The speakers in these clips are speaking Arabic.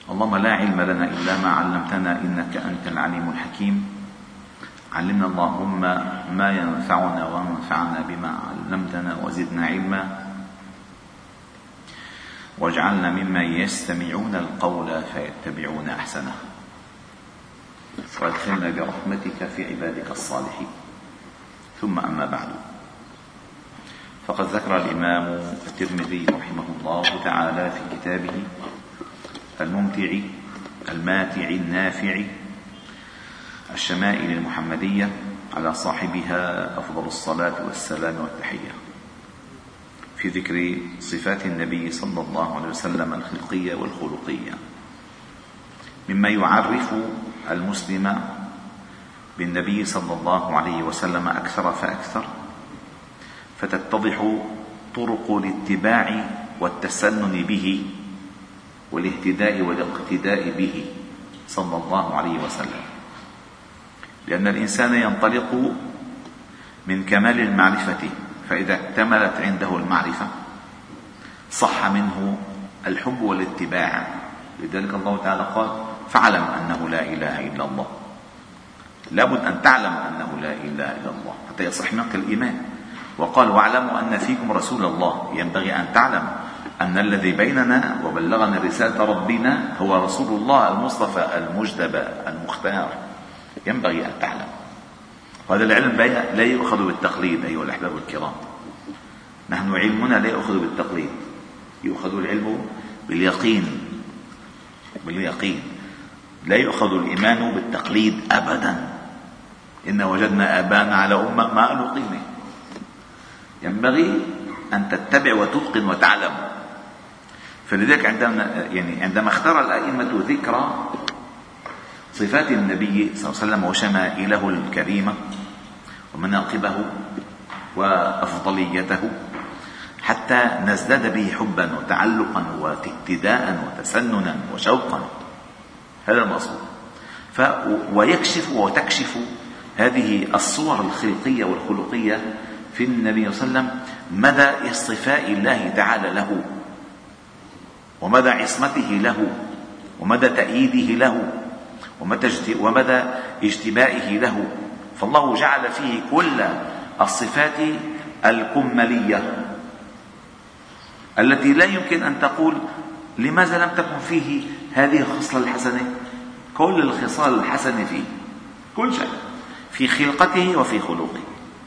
اللهم لا علم لنا إلا ما علمتنا إنك أنت العليم الحكيم. علمنا اللهم ما ينفعنا وانفعنا بما علمتنا وزدنا علما، واجعلنا ممن يستمعون القول فيتبعون أحسنه، وادخلنا برحمتك في عبادك الصالحين. ثم أما بعد، فقد ذكر الإمام الترمذي رحمه الله تعالى في كتابه الممتع الماتع النافع الشمائل المحمدية على صاحبها أفضل الصلاة والسلام والتحية، في ذكر صفات النبي صلى الله عليه وسلم الخلقية والخلقية، مما يعرف المسلم بالنبي صلى الله عليه وسلم أكثر فأكثر، فتتضح طرق الاتباع والتسنن به والاهتداء والاقتداء به صلى الله عليه وسلم، لأن الإنسان ينطلق من كمال المعرفة، فإذا اكتملت عنده المعرفة صح منه الحب والاتباع. لذلك الله تعالى قال: فاعلم أنه لا إله إلا الله. لابد أن تعلم أنه لا إله إلا الله حتى يصح منك الإيمان. وقال: واعلموا أن فيكم رسول الله. ينبغي أن تعلم أن الذي بيننا وبلغنا رسالة ربنا هو رسول الله المصطفى المجتبى المختار. ينبغي أن تعلم. وهذا العلم لا يؤخذ بالتقليد أيها الأحباب الكرام. نحن علمنا لا يؤخذ بالتقليد، يؤخذ العلم باليقين. لا يؤخذ الإيمان بالتقليد أبدا. إن وجدنا آباءنا على أمة ما قالوا قيمة. ينبغي أن تتبع وتتقن وتعلم. فلذلك عندما اختار الأئمة ذكر صفات النبي صلى الله عليه وسلم وشمائله الكريمة ومناقبه وأفضليته حتى نزداد به حبا وتعلقا واقتداء وتسننا وشوقا، هذا المقصود. ويكشف وتكشف هذه الصور الخلقية والخلقية في النبي صلى الله عليه وسلم مدى اصطفاء الله تعالى له، ومدى عصمته له، ومدى تأييده له، ومدى اجتبائه له. فالله جعل فيه كل الصفات الكمالية التي لا يمكن أن تقول لماذا لم تكن فيه هذه الخصلة الحسنة. كل الخصال الحسنة فيه، كل شيء في خلقته وفي خلقه.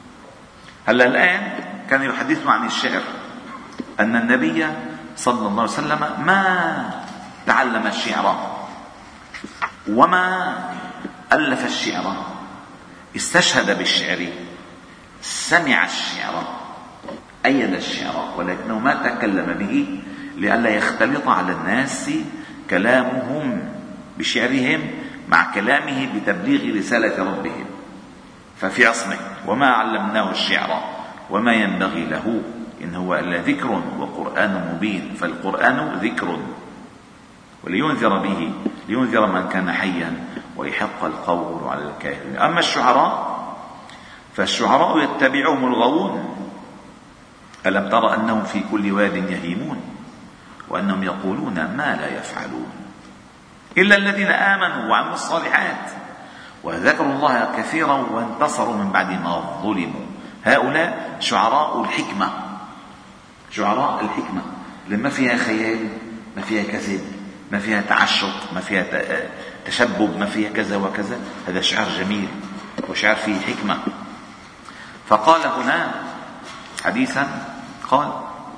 الآن كان يحدثنا عن الشعر أن النبي صلى الله عليه وسلم ما تعلم الشعر وما ألف الشعر، استشهد بالشعر، سمع الشعر، أيد الشعر، ولكنه ما تكلم به لئلا يختلط على الناس كلامهم بشعرهم مع كلامه بتبليغ رسالة ربهم، ففي عصمه. وما علمناه الشعر وما ينبغي له إن هو إلا ذكر وقرآن مبين. فالقرآن ذكر ولينذر به، لينذر من كان حيا ويحق القول على الكافرين. أما الشعراء فالشعراء يتبعهم الغاوون. ألم تر أنهم في كل واد يهيمون وأنهم يقولون ما لا يفعلون إلا الذين آمنوا وعملوا الصالحات وذكروا الله كثيرا وانتصروا من بعد ما ظلموا. هؤلاء شعراء الحكمة. شعراء الحكمة لما فيها خيال، ما فيها كذب، ما فيها تعشق، ما فيها تشبب، ما فيها كذا وكذا. هذا شعر جميل وشعر فيه حكمة. فقال هنا حديثا قال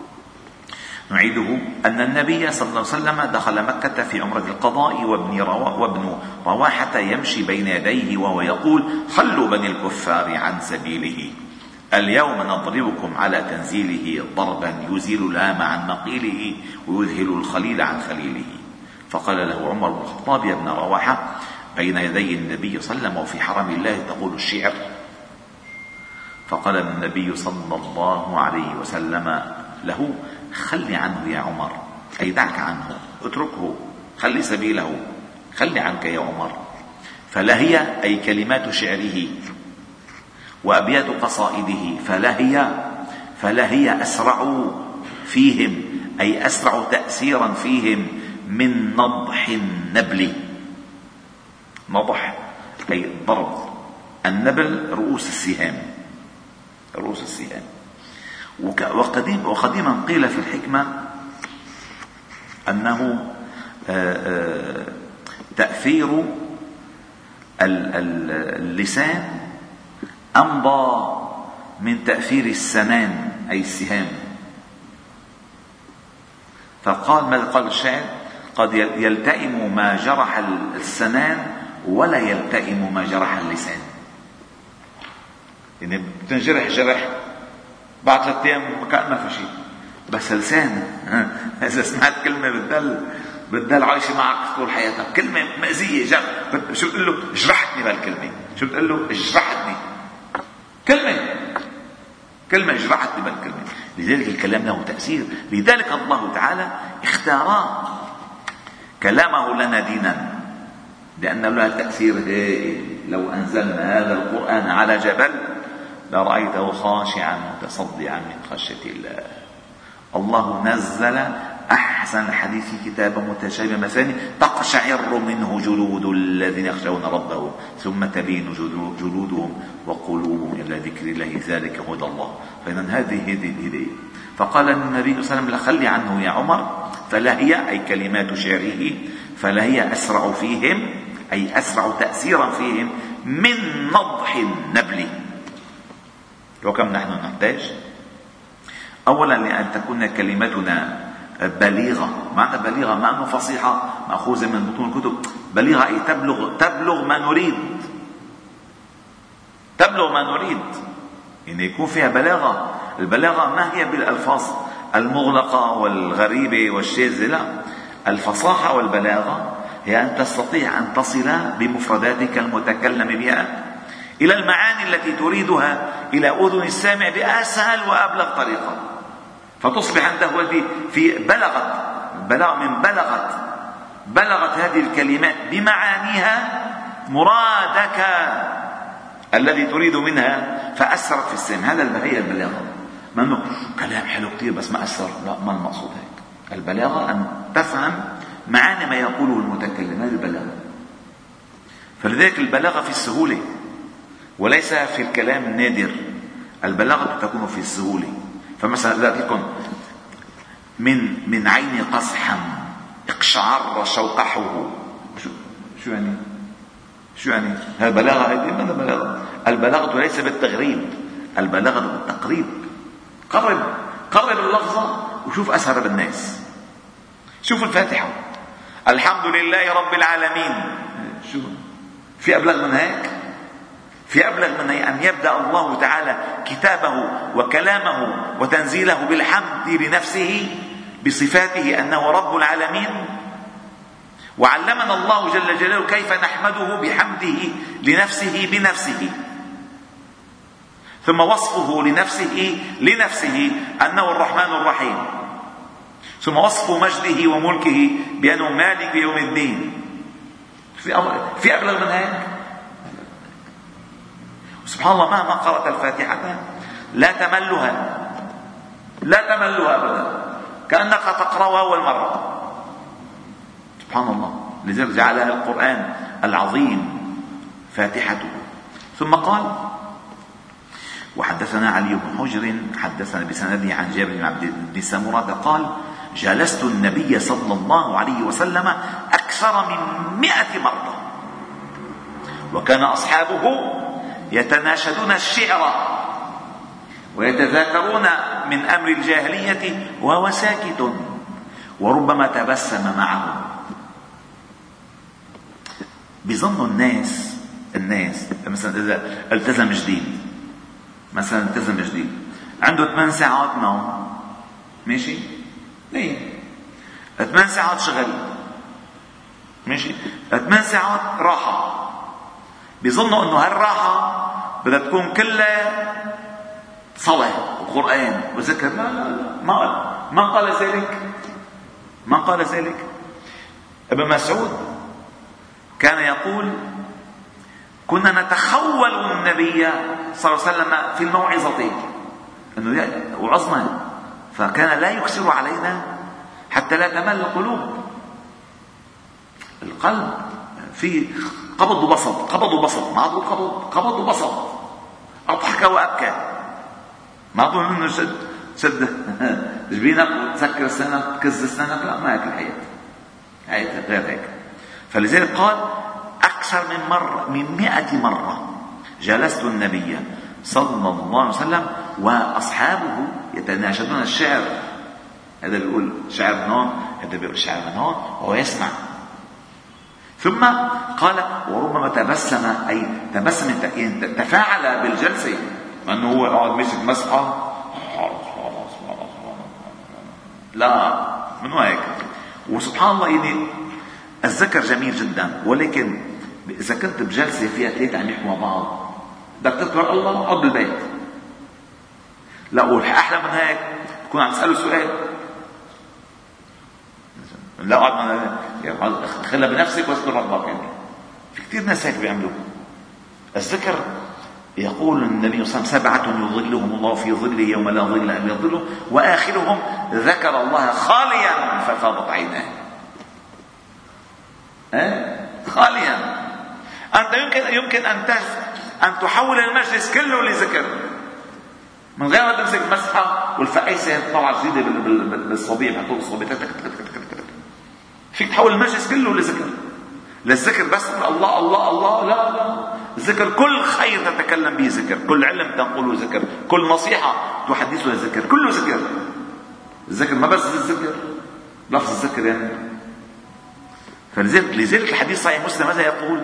نعيده أن النبي صلى الله عليه وسلم دخل مكة في عمرة القضاء وابن رواحة يمشي بين يديه وهو يقول: خلوا بني الكفار عن سبيله، اليوم نضربكم على تنزيله ضربا يزيل الهام عن مقيله ويذهل الخليل عن خليله. فقال له عمر بن الخطاب: يا ابن رواحة، بين يدي النبي صلى الله عليه وسلم وفي حرم الله تقول الشعر؟ فقال النبي صلى الله عليه وسلم له: خل عنه يا عمر، أي دعك عنه، اتركه، خلي سبيله، خلي عنك يا عمر. فلهي أي كلمات شعره وأبيات قصائده، فلهي أسرع فيهم، أي أسرع تأثيرا فيهم من نضح النبل. نضح أي الضرب، النبل رؤوس السهام، رؤوس السهام. وقديما قيل في الحكمة أنه تأثير اللسان أمضى من تأثير السنان أي السهام. فقال ماذا قال الشاعر؟ قد يلتئم ما جرح السنان ولا يلتئم ما جرح اللسان. يعني بتنجرح جرح بعد 3 أيام كأن ما في شيء، بس لسان إذا سمعت كلمة بتضل عايشة معك طول حياتك، كلمة مأزية شو بتقول له؟ جرحتني بهالكلمة. شو بتقول له؟ جرحتني. كلمة جرحتني بهالكلمة. لذلك الكلام له تأثير. لذلك الله تعالى اختار كلامه لنا دينا، لأن له تأثير هائل. لو أنزلنا هذا القرآن على جبل لرأيته خاشعا متصدعا من خشية الله. الله نزل أحسن الحديث كتابا متشابها مثاني تقشعر منه جلود الذين يخشون ربهم ثم تلين جلودهم وقلوبهم إلى ذكر الله ذلك هدى الله. فإذا هذه الهداية. فقال النبي صلى الله عليه وسلم خلي عنه يا عمر، فلا هي أي كلمات شعره فلا هي أسرع فيهم أي أسرع تأثيرا فيهم من نضح النبل. وكم نحن نحتاج أولا لأن تكون كلمتنا بليغة. معنى بليغة ما أنه فصيحة مأخوذة من بطون الكتب. بليغة أي تبلغ ما نريد. تبلغ ما نريد، يعني يكون فيها بلاغة. البلاغة ما هي بالألفاظ المغلقة والغريبة والشاذة، لا. الفصاحة والبلاغة هي أن تستطيع أن تصل بمفرداتك المتكلم بها إلى المعاني التي تريدها إلى أذن السامع بأسهل وأبلغ طريقة، فتصبح عنده في بلغت هذه الكلمات بمعانيها مرادك الذي تريد منها فأثرت في السامع. هذا هي البلاغة. ما أنه كلام حلو كتير بس ما أثر، لا، ما المقصود هيك. البلاغة أن تفهم معاني ما يقوله المتكلم، هذه البلاغة. فلذلك البلاغة في السهولة وليس في الكلام النادر. البلاغة تكون في السهولة. فمثلا لا تكون من عين قصحا اقشعر شوقحه. شو يعني هذا بلاغة؟ هذه ماذا بلاغة؟ البلاغة ليس بالتغريب، البلاغة بالتقريب. قرب اللفظة وشوف أثر بالناس. شوف الفاتحة الحمد لله رب العالمين، شو في أبلغ من هيك؟ في أبلغ من أن يبدأ الله تعالى كتابه وكلامه وتنزيله بالحمد لنفسه بصفاته أنه رب العالمين. وعلمنا الله جل جلاله كيف نحمده بحمده لنفسه بنفسه، ثم وصفه لنفسه أنه الرحمن الرحيم، ثم وصف مجده وملكه بأنه مالك يوم الدين. في أبلغ من هيك؟ سبحان الله. مهما قرأت الفاتحة لا تملها أبدا، كأنك تقرأها أول مرة. سبحان الله. لذلك جعلها القرآن العظيم فاتحته. ثم قال وحدثنا علي بن حجر حدثنا بسنده عن جابر بن عبد بن سمرة قال جلست النبي صلى الله عليه وسلم أكثر من 100 مرة، وكان أصحابه يتناشدون الشعر ويتذاكرون من أمر الجاهلية وهو ساكت، وربما تبسم معهم. بيظن الناس مثلا إذا التزم جديد، عنده 8 ساعات نوم، ماشي، ليه 8 ساعات شغل، ماشي، 8 ساعات راحة. بيظنوا انه هالراحة بدها تكون كلها صلاة وقرآن وذكر. لا، ما قال ذلك. ابن مسعود كان يقول كنا نتخول النبي صلى الله عليه وسلم في الموعظة انه وعظنا، فكان لا يكسر علينا حتى لا تمل القلوب. القلب في قبض وبسط، قبض وبسط، ما عضو قبض وبسط، أضحك وأبكى، ما عضو انه شد جبينك وتسكر سنك تكز سنك، لا، ما هيك الحياة، هي غير هيك. فلذلك قال أكثر من 100 مرة جلست النبي صلى الله عليه وسلم وأصحابه يتناشدون الشعر، هذا بيقول شعر من هون، هذا بيقول شعر من هون، وهو يسمع. ثم قال وربما تبسم، أي تبسم تفاعل بالجلسة، أنه هو قاعد ماسك مسحة، لا، من هيك. وسبحان الله، يعني الذكر جميل جدا، ولكن إذا كنت بجلسة فيها 3 عم يحكوا مع بعض، بدك تذكر الله اقعد بالبيت. لا، والأحلى من هيك تكون عم تسأله سؤال، لا اقعد خلها بنفسك واذكر ربك. يعني في كثير ناس هيك بيعملوا. الذكر يقول النبي صلى الله عليه وسلم 7 يظلهم الله في ظله يوم لا ظل الا ظله، واخرهم ذكر الله خاليا ففاضت عيناه. خاليا. انت يمكن ان تحول المجلس كله لذكر من غير ما تمسك المسحه والفقيسه طلعت جديده بالصبيب، حطوا الصبيب، فيك تحول المجلس كله لذكر. للذكر بس الله الله الله، لا، الذكر كل خير تتكلم به ذكر، كل علم تنقله ذكر، كل نصيحة تحدثها ذكر، كله ذكر. الذكر ما بس الذكر، لفظ الذكر يعني. فلذلك الحديث صحيح مسلم ماذا يقول؟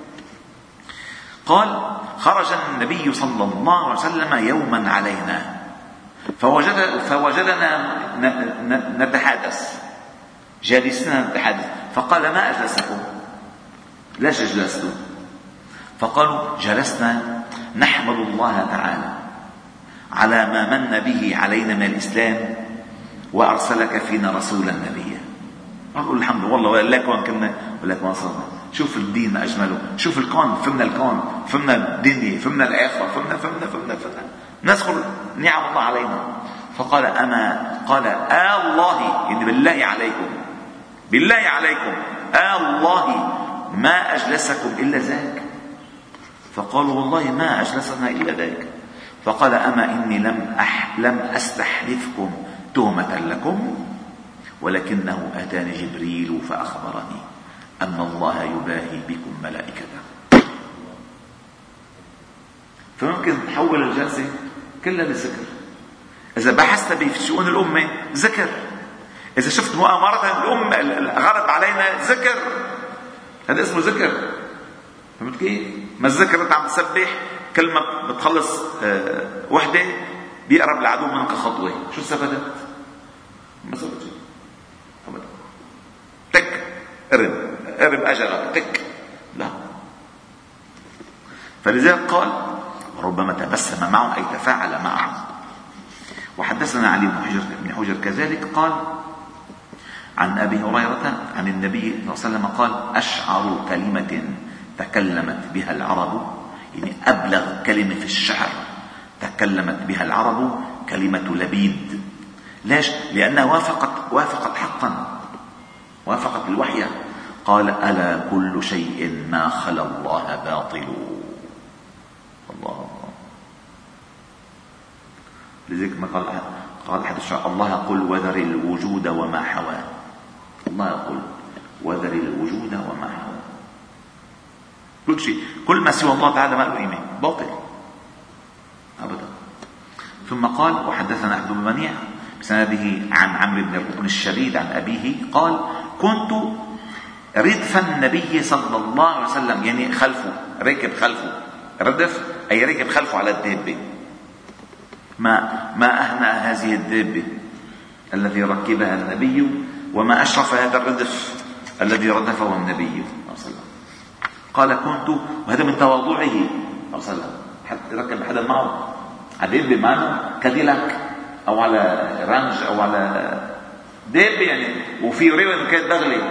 قال خرج النبي صلى الله عليه وسلم يوما علينا فوجدنا نتحدث، جالسين نتحدث، فقال ما أجلسكم؟ ليش جلستم؟ فقالوا جلسنا نحمد الله تعالى على ما من به علينا من الإسلام وأرسلك فينا رسولا نبيا. أقول الحمد والله، ولكن كنا ولكن صرنا. شوف الدين ما أجمله، شوف الكون، فهمنا الكون، فهمنا الدنيا، فهمنا الآخرة، فهمنا نذكر نعم الله علينا. فقال قال الله، يعني بالله عليكم الله ما أجلسكم إلا ذاك. فقالوا والله ما أجلسنا إلا ذاك. فقال أما إني لم أستحلفكم تهمة لكم، ولكنه أتاني جبريل فأخبرني أن الله يباهي بكم ملائكته. فممكن تحول الجلسة كلها للذكر. إذا بحثت في شؤون الأمة ذكر، إذا شفت مؤامرة الأمة غرب علينا ذكر، هذا اسمه ذكر. فهمت كيف؟ ما الذكر أنت عم تسبح، كل ما بتخلص وحدة بيقرب العدو منك خطوة، شو استفدت؟ ما سويت شيء أبدا. تك قرب أجلك، تك، لا. فلذلك قال ربما تبسم معهم، أي تفاعل معهم. وحدثنا علي بن حجر كذلك قال عن أبي هريرة عن النبي صلى الله عليه وسلم قال أشعر كلمة تكلمت بها العرب، يعني أبلغ كلمة في الشعر تكلمت بها العرب كلمة لبيد. ليش؟ لأنها وافقت حقا، وافقت الوحي. قال ألا كل شيء ما خلا الله باطل. الله. لذلك ما قال أحد الشعراء الله يقول وذر الوجود وما حوى. الله يقول وذر الوجود وما حوى. كل شيء، كل ما سوى الله تعالى ما له قيمة، باطل أبدا. ثم قال وحدثنا أحد بن منيع بسنده عن عمرو بن الشريد عن أبيه قال كنت ردف النبي صلى الله عليه وسلم، يعني خلفه، ركب خلفه، ردف أي ركب خلفه على الدابة. ما أهنأ هذه الدابة الذي ركبها النبي، وما أشرف هذا الردف الذي ردفه النبي صلى الله عليه وسلم. قال كنت، وهذا من تواضعه صلى الله عليه وسلم، حتى ركب حدا معه على دابة معه كاديلاك أو على رانج أو على دابة يعني، وفي ريوة كانت بغلي.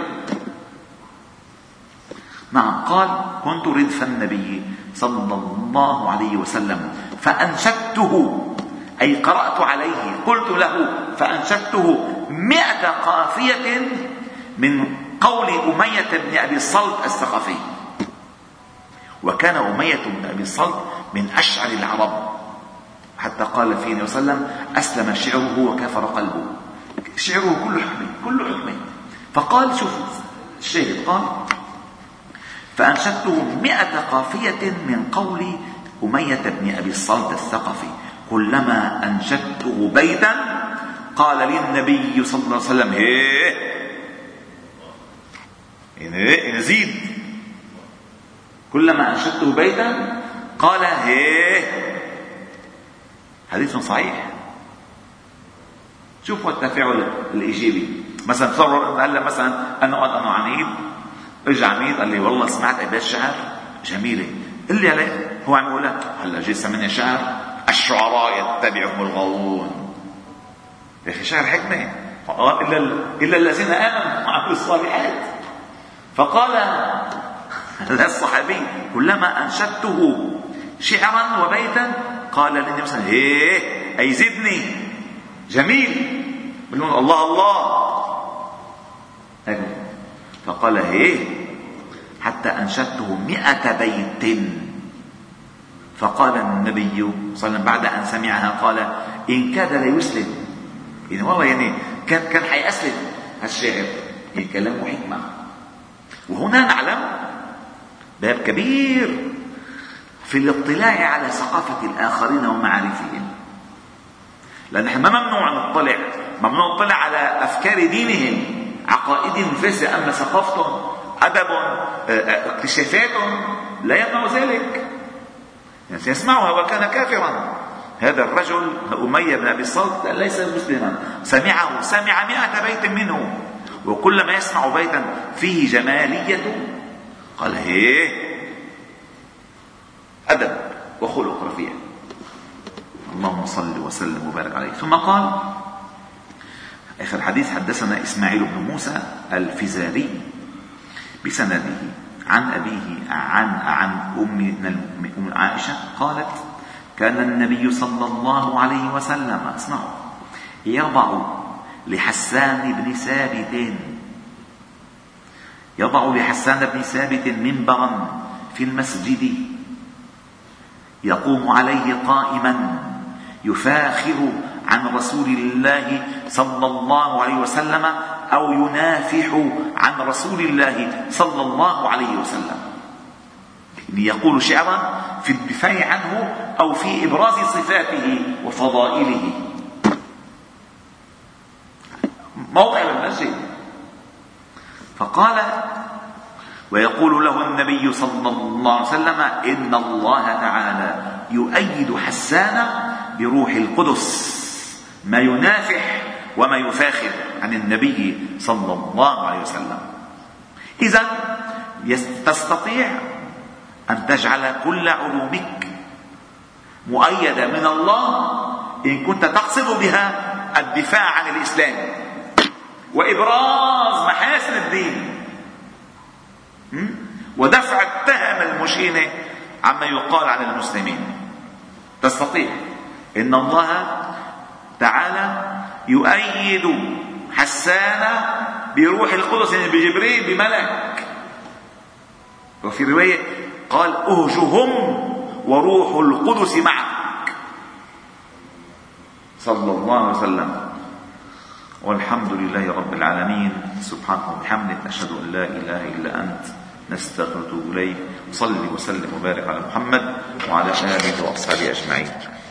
نعم. قال كنت ردف النبي صلى الله عليه وسلم فأنشدته، أي قرأت عليه، قلت له فأنشدته 100 قافية من قول أمية بن أبي الصلت الثقفي. وكان أمية بن أبي الصلت من أشعر العرب، حتى قال فيه النبي صلى الله عليه وسلم: أسلم شعره وكفر قلبه. شعره كله حكمة، كله حكمة. فقال، شوف الشاهد، قال: فأنشدته 100 قافية من قول أمية بن أبي الصلت الثقفي، كلما أنشدته بيتا قال لي النبي صلى الله عليه وسلم: نزيد. كلما أنشدته بيتا قال: حديث صحيح. شوفوا التفاعل الإيجابي. مثلا تصور هلا مثلا أنا عنيد، اجى عميد قال لي: والله سمعت أبيات شعر جميلة. قل لي عليه. هو عم يقول: هلا جاي سمعني شعر الشعراء يتبعهم الغاوون. يا أخي شعر حكمة. إلا الذين آمنوا وعملوا الصالحات. فقال الصحابي: كلما أنشدته شعرا وبيتا قال لي مثلا: أي زدني. جميل. بلون الله الله. فقال: حتى أنشدته 100 بيت. فقال النبي صلى الله عليه وسلم بعد أن سمعها، قال: إن كاد ليسلم. يعني والله يعني كان حيأسلم هالشاعر. يعني كلامه حكمة. وهنا نعلم باب كبير في الاطلاع على ثقافة الآخرين ومعارفهم. لأن نحن ممنوع نطلع على أفكار دينهم، عقائدهم فاسدة، أما ثقافتهم، أدبهم، اكتشافاتهم لا يمنع ذلك. يعني سيسمعها وكان كافرا. هذا الرجل أمية بن أبي الصلت ليس مسلما، سمع 100 بيت منه، وكلما يسمع بيتا فيه جمالية قال: أدب وخلق رفيع. اللهم صل وسلم وبارك عليه. ثم قال آخر حديث: حدثنا إسماعيل بن موسى الفزاري بسنده عن أبيه عن أم عائشة قالت: كان النبي صلى الله عليه وسلم يضع لحسان بن ثابت منبرا في المسجد يقوم عليه قائما يفاخر عن رسول الله صلى الله عليه وسلم أو ينافح عن رسول الله صلى الله عليه وسلم. يقول شعرا في الدفاع عنه أو في إبراز صفاته وفضائله. موقع المسجد. فقال: ويقول له النبي صلى الله عليه وسلم: إن الله تعالى يؤيد حسان بروح القدس، ما ينافح وما يفاخر عن النبي صلى الله عليه وسلم. إذن تستطيع أن تجعل كل علومك مؤيدة من الله إن كنت تقصد بها الدفاع عن الإسلام وإبراز محاسن الدين ودفع التهم المشينة عما يقال عن المسلمين. تستطيع. إن الله تعالى يؤيد حسان بروح القدس، يعني بجبريل، بملك. وفي رواية قال: أهجهم وروح القدس معك، صلى الله عليه وسلم. والحمد لله رب العالمين. سبحانه وبحمده، نشهد أن لا إله إلا أنت، نستغفرك إليك. صلي وسلم وبارك على محمد وعلى آله وأصحابه أجمعين.